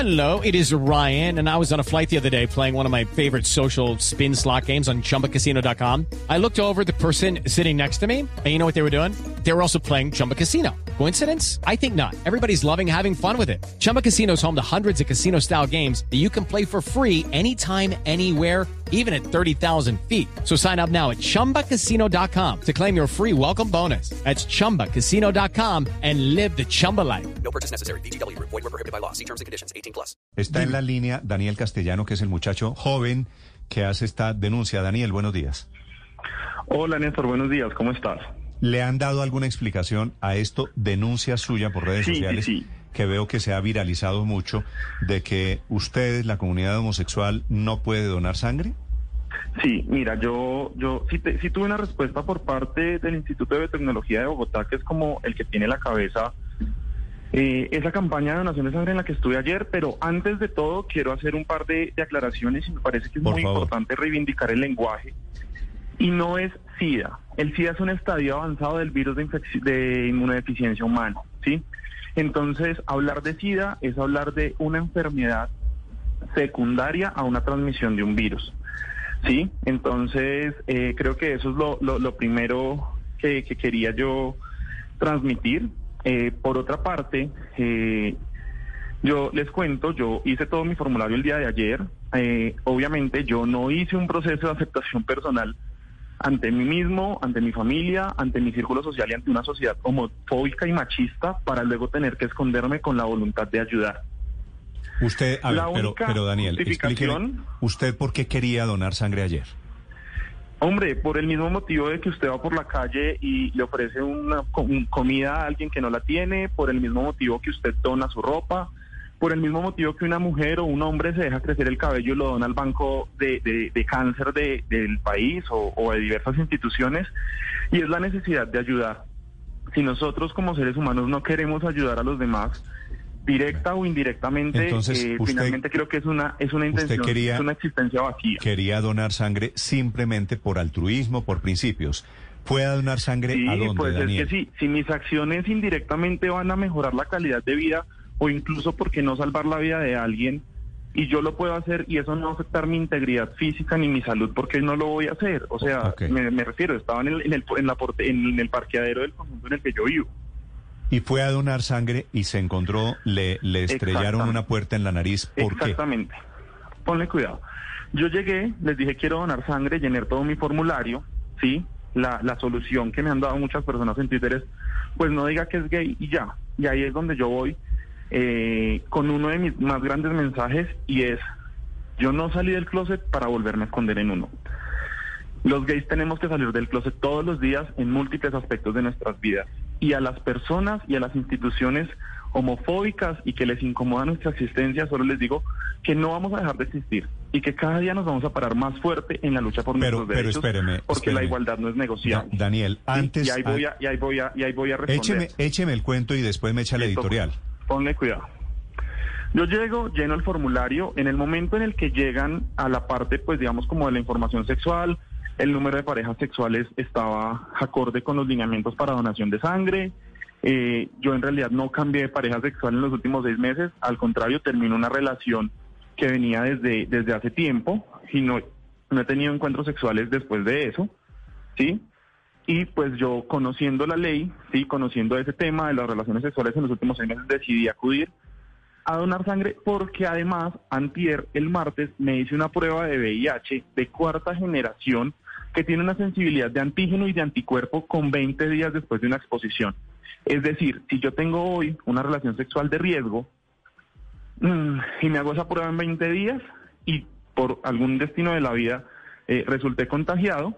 Hello, it is Ryan, and I was on a flight the other day playing one of my favorite social spin slot games on ChumbaCasino.com. I looked over at the person sitting next to me, and you know what they were doing? They were also playing Chumba Casino. Coincidence? I think not. Everybody's loving having fun with it. Chumba Casino is home to hundreds of casino-style games that you can play for free anytime, anywhere, even at 30,000 feet. So sign up now at ChumbaCasino.com to claim your free welcome bonus. That's ChumbaCasino.com and live the Chumba life. No purchase necessary. VGW. Void were prohibited by law. See terms and conditions. 18+. Está en la línea Daniel Castellano, que es el muchacho joven que hace esta denuncia. Daniel, buenos días. Hola, Néstor, buenos días. ¿Cómo estás? ¿Le han dado alguna explicación a esto, denuncia suya por redes sociales, Sí. que veo que se ha viralizado mucho, de que ustedes, la comunidad homosexual, no puede donar sangre? Sí, mira, yo sí tuve una respuesta por parte del Instituto de Biotecnología de Bogotá, que es como el que tiene la cabeza esa campaña de donación de sangre en la que estuve ayer, pero antes de todo quiero hacer un par de aclaraciones y me parece que es muy importante reivindicar el lenguaje. Y no es SIDA. El SIDA es un estadio avanzado del virus de inmunodeficiencia humana, ¿sí? Entonces, hablar de SIDA es hablar de una enfermedad secundaria a una transmisión de un virus, ¿sí? Entonces, creo que eso es lo primero que quería yo transmitir. Por otra parte, yo les cuento, yo hice todo mi formulario el día de ayer. Obviamente, yo no hice un proceso de aceptación personal ante mí mismo, ante mi familia, ante mi círculo social y ante una sociedad homofóbica y machista para luego tener que esconderme con la voluntad de ayudar. Usted, a ver, pero Daniel, explíqueme, ¿usted por qué quería donar sangre ayer? Hombre, por el mismo motivo de que usted va por la calle y le ofrece una comida a alguien que no la tiene, por el mismo motivo que usted dona su ropa, por el mismo motivo que una mujer o un hombre se deja crecer el cabello y lo dona al banco de cáncer del país o de diversas instituciones, y es la necesidad de ayudar. Si nosotros como seres humanos no queremos ayudar a los demás, directa o indirectamente, entonces, finalmente creo que es una intención, es una existencia vacía. Quería donar sangre simplemente por altruismo, por principios. ¿Puede donar sangre a dónde, pues Daniel? Es que sí, si mis acciones indirectamente van a mejorar la calidad de vida o incluso, ¿por qué no salvar la vida de alguien? Y yo lo puedo hacer y eso no va a afectar mi integridad física ni mi salud, ¿por qué no lo voy a hacer? O sea, me refiero, estaba en el parqueadero del conjunto en el que yo vivo. Y fue a donar sangre y se encontró, le estrellaron una puerta en la nariz. ¿Por qué? Exactamente. Ponle cuidado. Yo llegué, les dije quiero donar sangre, llené todo mi formulario, ¿sí? La solución que me han dado muchas personas en Twitter es, pues no diga que es gay y ya. Y ahí es donde yo voy con uno de mis más grandes mensajes y es, yo no salí del closet para volverme a esconder en uno. Los gays tenemos que salir del closet todos los días en múltiples aspectos de nuestras vidas. Y a las personas y a las instituciones homofóbicas y que les incomoda nuestra existencia, solo les digo que no vamos a dejar de existir y que cada día nos vamos a parar más fuerte en la lucha por nuestros derechos, porque la igualdad no es negociable. Daniel, antes... Y ahí voy a responder. Écheme el cuento y después me echa el editorial. Ponle cuidado. Yo llego, lleno el formulario, en el momento en el que llegan a la parte, pues digamos, como de la información sexual, el número de parejas sexuales estaba acorde con los lineamientos para donación de sangre. Yo en realidad no cambié de pareja sexual en los últimos 6 meses, al contrario, terminé una relación que venía desde hace tiempo y no he tenido encuentros sexuales después de eso, ¿sí? Y pues yo, conociendo la ley, sí, conociendo ese tema de las relaciones sexuales en los últimos 6 meses, decidí acudir a donar sangre porque además, antier, el martes, me hice una prueba de VIH de 4ª generación que tiene una sensibilidad de antígeno y de anticuerpo con 20 días después de una exposición. Es decir, si yo tengo hoy una relación sexual de riesgo y me hago esa prueba en 20 días y por algún destino de la vida resulté contagiado,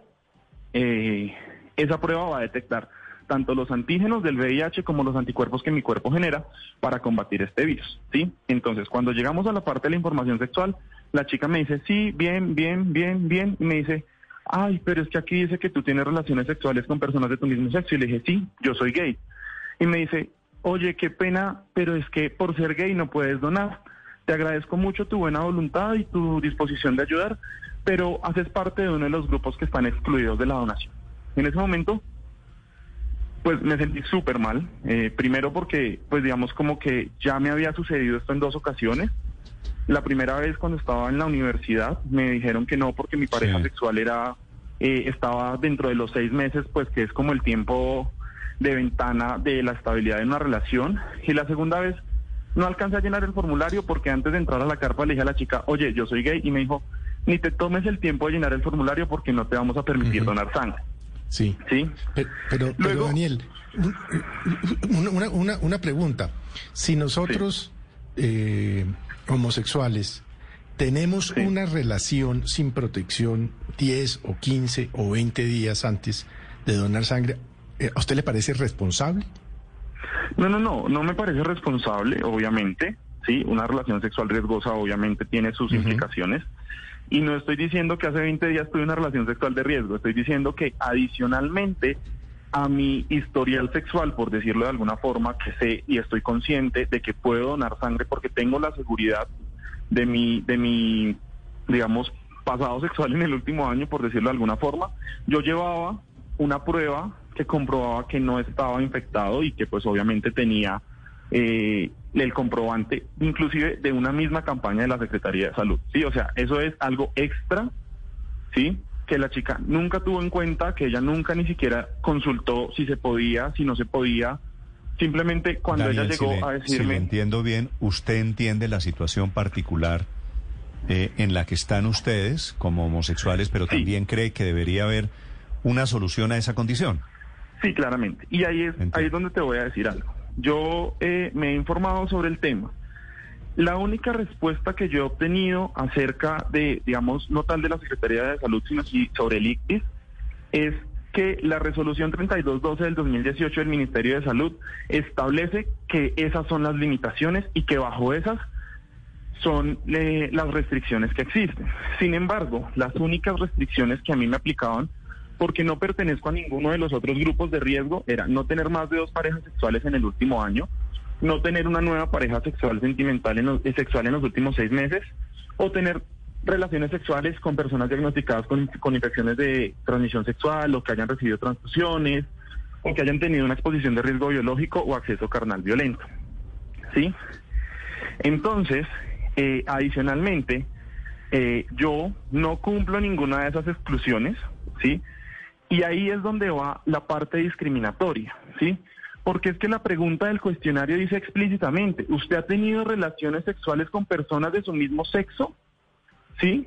esa prueba va a detectar tanto los antígenos del VIH como los anticuerpos que mi cuerpo genera para combatir este virus, ¿sí? Entonces, cuando llegamos a la parte de la información sexual, la chica me dice, sí, bien, y me dice, ay, pero es que aquí dice que tú tienes relaciones sexuales con personas de tu mismo sexo, y le dije, sí, yo soy gay. Y me dice, oye, qué pena, pero es que por ser gay no puedes donar. Te agradezco mucho tu buena voluntad y tu disposición de ayudar, pero haces parte de uno de los grupos que están excluidos de la donación. En ese momento, pues me sentí súper mal, primero porque, pues digamos, como que ya me había sucedido esto en 2 ocasiones, La primera vez cuando estaba en la universidad me dijeron que no porque mi pareja sexual estaba dentro de los 6 meses, pues que es como el tiempo de ventana de la estabilidad de una relación. Y la segunda vez no alcancé a llenar el formulario porque antes de entrar a la carpa le dije a la chica, oye, yo soy gay, y me dijo, ni te tomes el tiempo de llenar el formulario porque no te vamos a permitir donar sangre. Sí. ¿Sí? Pero Luego, Daniel, una pregunta. Si nosotros, homosexuales, tenemos una relación sin protección 10 o 15 o 20 días antes de donar sangre, ¿a usted le parece responsable? No me parece responsable, obviamente. Sí, una relación sexual riesgosa obviamente tiene sus implicaciones. Y no estoy diciendo que hace 20 días tuve una relación sexual de riesgo, estoy diciendo que adicionalmente a mi historial sexual, por decirlo de alguna forma, que sé y estoy consciente de que puedo donar sangre porque tengo la seguridad de mi, digamos, pasado sexual en el último año, por decirlo de alguna forma, yo llevaba una prueba que comprobaba que no estaba infectado y que pues obviamente tenía el comprobante inclusive de una misma campaña de la Secretaría de Salud. Sí, o sea, eso es algo extra, ¿sí?, que la chica nunca tuvo en cuenta, que ella nunca ni siquiera consultó si se podía, si no se podía. Simplemente cuando Daniel, ella llegó a decirme... Si le entiendo bien, usted entiende la situación particular en la que están ustedes como homosexuales, pero también cree que debería haber una solución a esa condición. Sí, claramente. Y ahí es donde te voy a decir algo. Yo me he informado sobre el tema. La única respuesta que yo he obtenido acerca de, digamos, no tal de la Secretaría de Salud, sino sí sobre el ICVIS, es que la resolución 3212 del 2018 del Ministerio de Salud establece que esas son las limitaciones y que bajo esas son las restricciones que existen. Sin embargo, las únicas restricciones que a mí me aplicaban, porque no pertenezco a ninguno de los otros grupos de riesgo, era no tener más de 2 parejas sexuales en el último año, no tener una nueva pareja sexual sentimental sexual en los últimos 6 meses, o tener relaciones sexuales con personas diagnosticadas con infecciones de transmisión sexual, o que hayan recibido transfusiones, o que hayan tenido una exposición de riesgo biológico o acceso carnal violento. ¿Sí? Entonces, adicionalmente, yo no cumplo ninguna de esas exclusiones, ¿sí? Y ahí es donde va la parte discriminatoria, ¿sí? Porque es que la pregunta del cuestionario dice explícitamente, ¿usted ha tenido relaciones sexuales con personas de su mismo sexo? ¿Sí?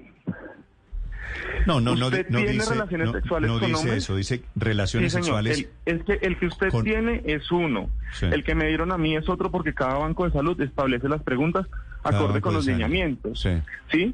No ¿Usted tiene dice, relaciones sexuales con dice hombres? eso, dice relaciones Sí, señor. sexuales. Es que el que usted tiene es uno. Sí. El que me dieron a mí es otro, porque cada banco de salud establece las preguntas acorde con los lineamientos. Sí. ¿Sí?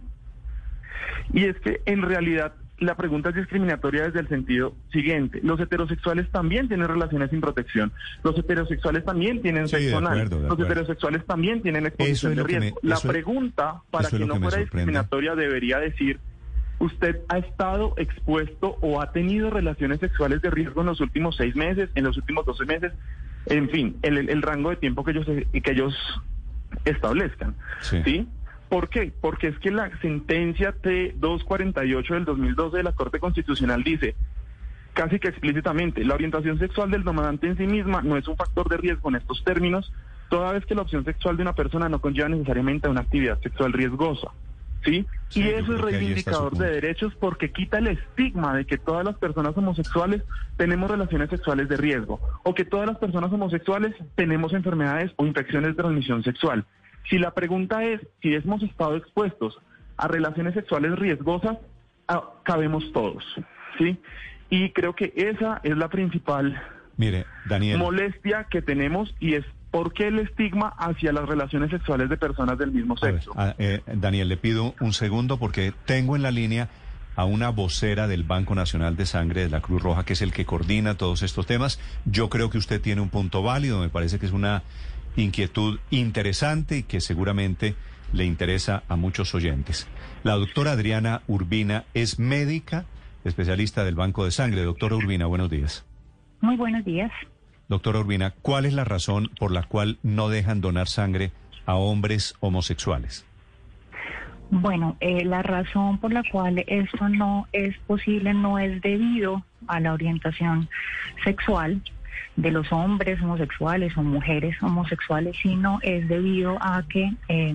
Y es que en realidad la pregunta es discriminatoria desde el sentido siguiente. Los heterosexuales también tienen relaciones sin protección. Los heterosexuales también tienen sexo anal. Los heterosexuales también tienen exposición de riesgo. La pregunta, para que no fuera discriminatoria, debería decir: ¿usted ha estado expuesto o ha tenido relaciones sexuales de riesgo en los últimos 6 meses, en los últimos 12 meses? En fin, el rango de tiempo que ellos establezcan. ¿Sí? ¿Por qué? Porque es que la sentencia T248 del 2012 de la Corte Constitucional dice casi que explícitamente: la orientación sexual del demandante en sí misma no es un factor de riesgo en estos términos, toda vez que la opción sexual de una persona no conlleva necesariamente a una actividad sexual riesgosa. ¿Sí? Y eso es reivindicador de derechos, porque quita el estigma de que todas las personas homosexuales tenemos relaciones sexuales de riesgo, o que todas las personas homosexuales tenemos enfermedades o infecciones de transmisión sexual. Si la pregunta es si hemos estado expuestos a relaciones sexuales riesgosas, cabemos todos, ¿sí? Y creo que esa es la principal molestia que tenemos, y es por qué el estigma hacia las relaciones sexuales de personas del mismo sexo. Daniel, le pido un segundo porque tengo en la línea a una vocera del Banco Nacional de Sangre de la Cruz Roja, que es el que coordina todos estos temas. Yo creo que usted tiene un punto válido, me parece que es una inquietud interesante y que seguramente le interesa a muchos oyentes. La doctora Adriana Urbina es médica, especialista del Banco de Sangre. Doctora Urbina, buenos días. Muy buenos días. Doctora Urbina, ¿cuál es la razón por la cual no dejan donar sangre a hombres homosexuales? Bueno, la razón por la cual esto no es posible no es debido a la orientación sexual de los hombres homosexuales o mujeres homosexuales, sino es debido a que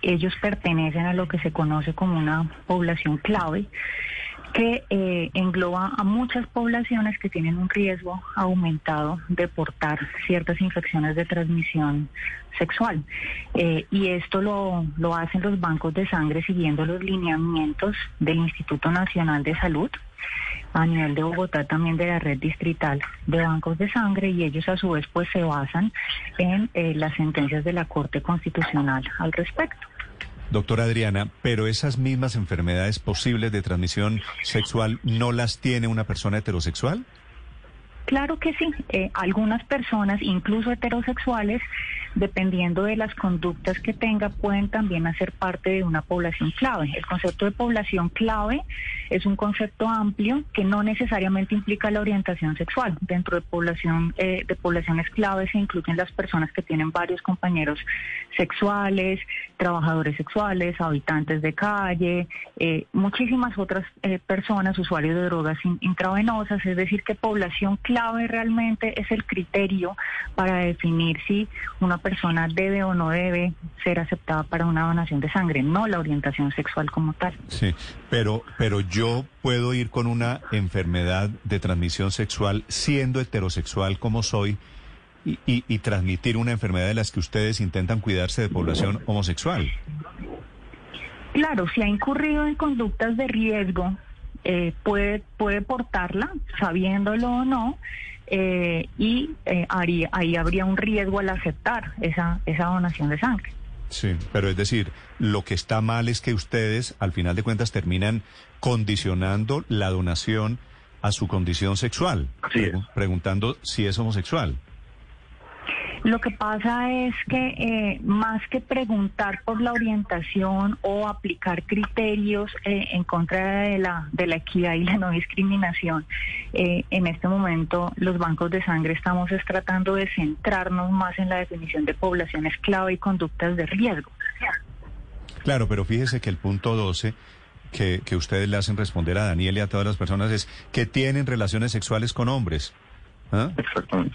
ellos pertenecen a lo que se conoce como una población clave, que engloba a muchas poblaciones que tienen un riesgo aumentado de portar ciertas infecciones de transmisión sexual. Y esto lo hacen los bancos de sangre siguiendo los lineamientos del Instituto Nacional de Salud, a nivel de Bogotá también de la red distrital de bancos de sangre, y ellos a su vez pues se basan en las sentencias de la Corte Constitucional al respecto. Doctora Adriana, pero esas mismas enfermedades posibles de transmisión sexual no las tiene una persona heterosexual. Claro que sí. Algunas personas, incluso heterosexuales, dependiendo de las conductas que tenga, pueden también hacer parte de una población clave. El concepto de población clave es un concepto amplio que no necesariamente implica la orientación sexual. Dentro de poblaciones clave se incluyen las personas que tienen varios compañeros sexuales, trabajadores sexuales, habitantes de calle, muchísimas otras personas, usuarios de drogas intravenosas. Es decir, que población clave realmente es el criterio para definir si una persona debe o no debe ser aceptada para una donación de sangre, no la orientación sexual como tal. Sí, pero yo puedo ir con una enfermedad de transmisión sexual siendo heterosexual como soy y transmitir una enfermedad de las que ustedes intentan cuidarse de población homosexual. Claro, si ha incurrido en conductas de riesgo, puede portarla, sabiéndolo o no, ahí habría un riesgo al aceptar esa donación de sangre. Sí, pero es decir, lo que está mal es que ustedes, al final de cuentas, terminan condicionando la donación a su condición sexual, preguntando si es homosexual. Lo que pasa es que más que preguntar por la orientación o aplicar criterios en contra de la equidad y la no discriminación, en este momento los bancos de sangre estamos tratando de centrarnos más en la definición de poblaciones clave y conductas de riesgo. Claro, pero fíjese que el punto 12 que ustedes le hacen responder a Daniel y a todas las personas es que tienen relaciones sexuales con hombres. ¿Ah? Exactamente.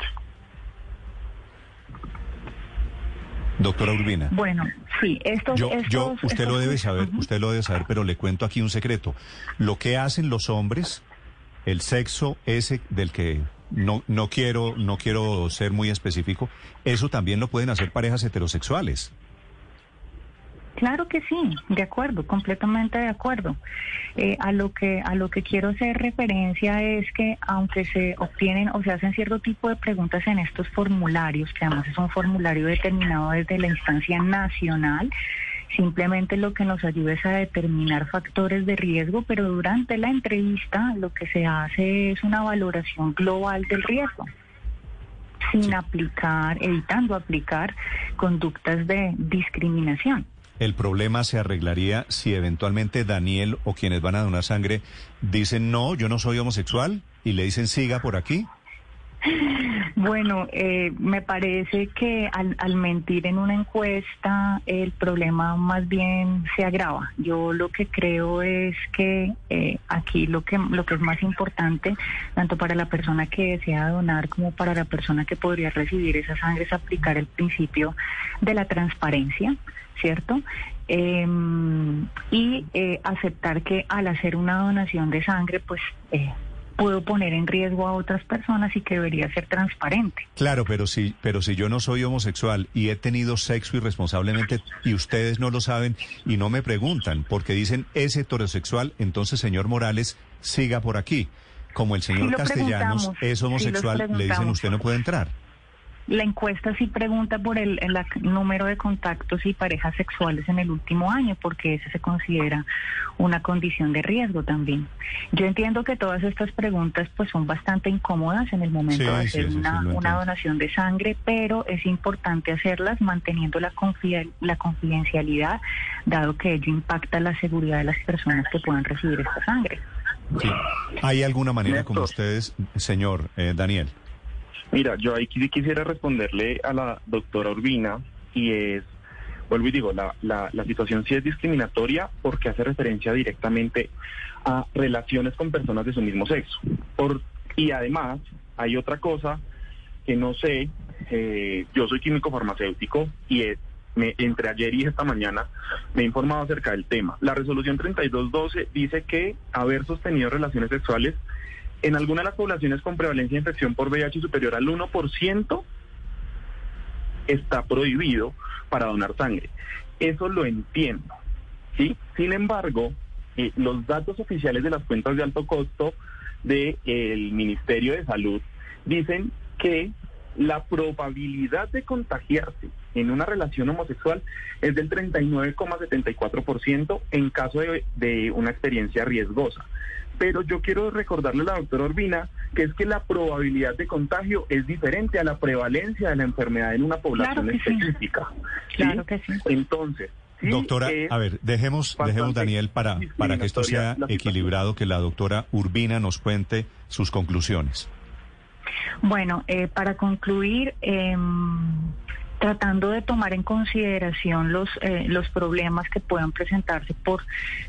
Doctora Urbina. Bueno, sí, usted lo debe saber, pero le cuento aquí un secreto. Lo que hacen los hombres, el sexo ese del que no quiero ser muy específico, eso también lo pueden hacer parejas heterosexuales. Claro que sí, de acuerdo, completamente de acuerdo. A lo que quiero hacer referencia es que aunque se obtienen o se hacen cierto tipo de preguntas en estos formularios, que además es un formulario determinado desde la instancia nacional, simplemente lo que nos ayuda es a determinar factores de riesgo, pero durante la entrevista lo que se hace es una valoración global del riesgo, sin evitando aplicar conductas de discriminación. El problema se arreglaría si eventualmente Daniel o quienes van a donar sangre dicen, no, yo no soy homosexual, y le dicen, siga por aquí. Bueno, me parece que al mentir en una encuesta el problema más bien se agrava. Yo lo que creo es que aquí lo que es más importante, tanto para la persona que desea donar como para la persona que podría recibir esa sangre, es aplicar el principio de la transparencia, ¿cierto? Y aceptar que al hacer una donación de sangre, pues puedo poner en riesgo a otras personas y que debería ser transparente. Claro, pero si yo no soy homosexual y he tenido sexo irresponsablemente y ustedes no lo saben y no me preguntan porque dicen es heterosexual, entonces, señor Morales, siga por aquí. Como el señor Castellanos es homosexual, le dicen usted no puede entrar. La encuesta sí pregunta por el número de contactos y parejas sexuales en el último año, porque ese se considera una condición de riesgo también. Yo entiendo que todas estas preguntas pues son bastante incómodas en el momento de hacer una donación de sangre, pero es importante hacerlas manteniendo la confidencialidad, dado que ello impacta la seguridad de las personas que puedan recibir esta sangre. Sí. ¿Hay alguna manera como ustedes, señor Daniel? Mira, yo ahí quisiera responderle a la doctora Urbina, y es, vuelvo y digo, la situación sí es discriminatoria porque hace referencia directamente a relaciones con personas de su mismo sexo. Y además, hay otra cosa que no sé, yo soy químico farmacéutico y entre ayer y esta mañana me he informado acerca del tema. La resolución 3212 dice que haber sostenido relaciones sexuales en alguna de las poblaciones con prevalencia de infección por VIH superior al 1% está prohibido para donar sangre. Eso lo entiendo, ¿sí? Sin embargo, los datos oficiales de las cuentas de alto costo del Ministerio de Salud dicen que la probabilidad de contagiarse en una relación homosexual es del 39,74% en caso de una experiencia riesgosa. Pero yo quiero recordarle a la doctora Urbina que es que la probabilidad de contagio es diferente a la prevalencia de la enfermedad en una población específica. ¿Sí? Claro que sí. Entonces, sí, doctora, a ver, dejemos Daniel para que esto sea equilibrado, que la doctora Urbina nos cuente sus conclusiones. Bueno, para concluir, tratando de tomar en consideración los problemas que puedan presentarse por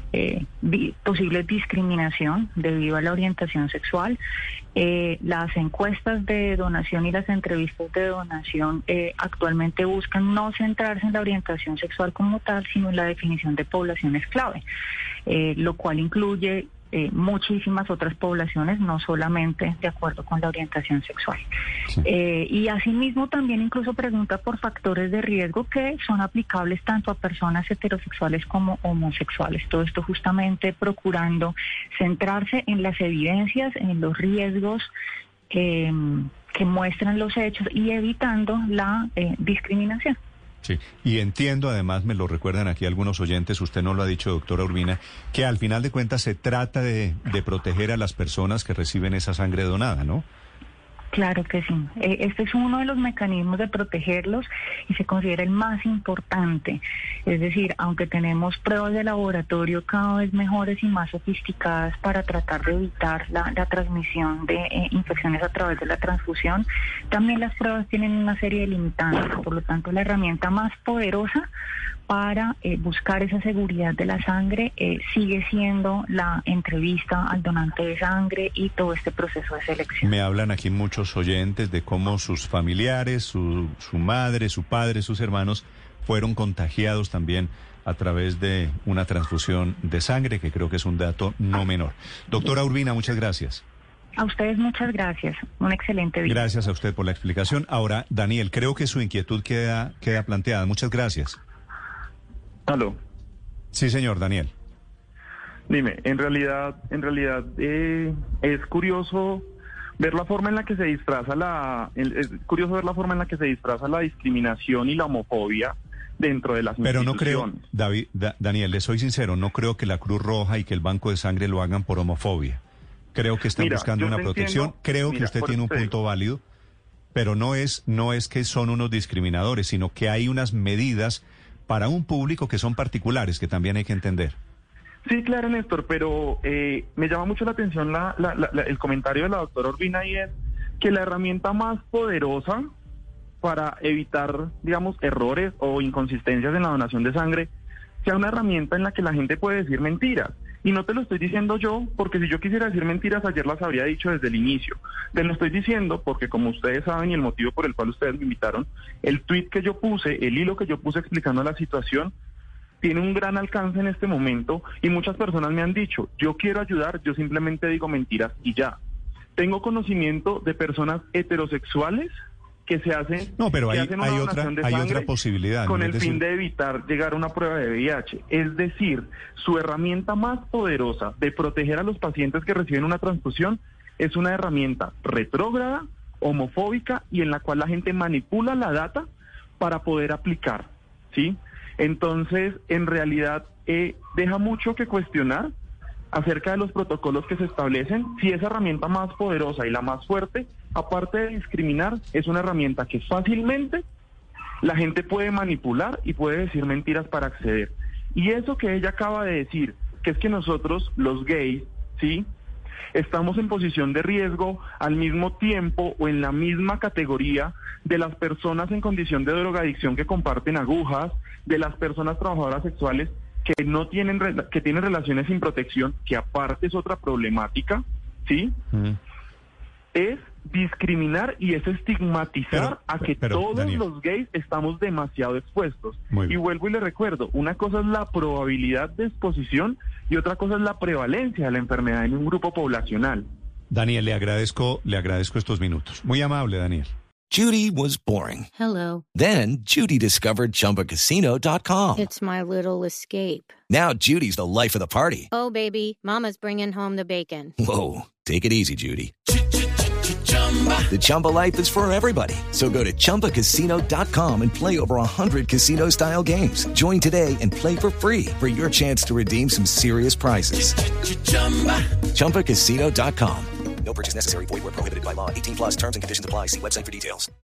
posible discriminación debido a la orientación sexual, las encuestas de donación y las entrevistas de donación actualmente buscan no centrarse en la orientación sexual como tal, sino en la definición de poblaciones clave, lo cual incluye muchísimas otras poblaciones, no solamente de acuerdo con la orientación sexual. Sí. Y asimismo también incluso pregunta por factores de riesgo que son aplicables tanto a personas heterosexuales como homosexuales. Todo esto justamente procurando centrarse en las evidencias, en los riesgos que muestran los hechos y evitando la discriminación. Sí, y entiendo, además me lo recuerdan aquí algunos oyentes, usted no lo ha dicho, doctora Urbina, que al final de cuentas se trata de proteger a las personas que reciben esa sangre donada, ¿no? Claro que sí. Este es uno de los mecanismos de protegerlos y se considera el más importante. Es decir, aunque tenemos pruebas de laboratorio cada vez mejores y más sofisticadas para tratar de evitar la transmisión de infecciones a través de la transfusión, también las pruebas tienen una serie de limitantes. Por lo tanto, la herramienta más poderosa para buscar esa seguridad de la sangre sigue siendo la entrevista al donante de sangre y todo este proceso de selección. Me hablan aquí muchos oyentes de cómo sus familiares, su madre, su padre, sus hermanos fueron contagiados también a través de una transfusión de sangre, que creo que es un dato no menor. Doctora Urbina, muchas gracias. A ustedes muchas gracias. Un excelente día. Gracias a usted por la explicación. Ahora, Daniel, creo que su inquietud queda planteada. Muchas gracias. ¿Aló? Sí, señor, Daniel. Dime, en realidad es curioso ver la forma en la que se disfraza la discriminación y la homofobia dentro de las instituciones. Pero no creo, Daniel, le soy sincero, no creo que la Cruz Roja y que el Banco de Sangre lo hagan por homofobia. Creo que están buscando una protección. Creo que usted tiene un punto válido, pero no es que son unos discriminadores, sino que hay unas medidas para un público que son particulares, que también hay que entender. Sí, claro, Néstor, pero me llama mucho la atención el comentario de la doctora Urbina, y es que la herramienta más poderosa para evitar, digamos, errores o inconsistencias en la donación de sangre sea una herramienta en la que la gente puede decir mentiras. Y no te lo estoy diciendo yo, porque si yo quisiera decir mentiras, ayer las habría dicho desde el inicio. Te lo estoy diciendo porque, como ustedes saben, y el motivo por el cual ustedes me invitaron, el tuit que yo puse, el hilo que yo puse explicando la situación, tiene un gran alcance en este momento, y muchas personas me han dicho, yo quiero ayudar, yo simplemente digo mentiras y ya. Tengo conocimiento de personas heterosexuales que se hacen... No, pero hay otra posibilidad. Con el fin de evitar llegar a una prueba de VIH. Es decir, su herramienta más poderosa de proteger a los pacientes que reciben una transfusión es una herramienta retrógrada, homofóbica, y en la cual la gente manipula la data para poder aplicar, ¿sí? Entonces, en realidad, deja mucho que cuestionar acerca de los protocolos que se establecen, si esa herramienta más poderosa y la más fuerte, aparte de discriminar, es una herramienta que fácilmente la gente puede manipular y puede decir mentiras para acceder. Y eso que ella acaba de decir, que es que nosotros, los gays, ¿sí?, estamos en posición de riesgo al mismo tiempo o en la misma categoría de las personas en condición de drogadicción que comparten agujas, de las personas trabajadoras sexuales que no tienen que tienen relaciones sin protección, que aparte es otra problemática, ¿sí? Es discriminar y es estigmatizar a que todos Daniel, los gays estamos demasiado expuestos. Muy bien. Y vuelvo y le recuerdo, una cosa es la probabilidad de exposición y otra cosa es la prevalencia de la enfermedad en un grupo poblacional. Daniel, le agradezco estos minutos. Muy amable, Daniel. Judy was boring. Hello. Then Judy discovered ChumbaCasino.com. It's my little escape. Now Judy's the life of the party. Oh, baby, mama's bringing home the bacon. Whoa, take it easy, Judy. The Chumba life is for everybody. So go to ChumbaCasino.com and play over 100 casino-style games. Join today and play for free for your chance to redeem some serious prizes. ChumbaCasino.com. No purchase necessary. Void where prohibited by law. 18+ terms and conditions apply. See website for details.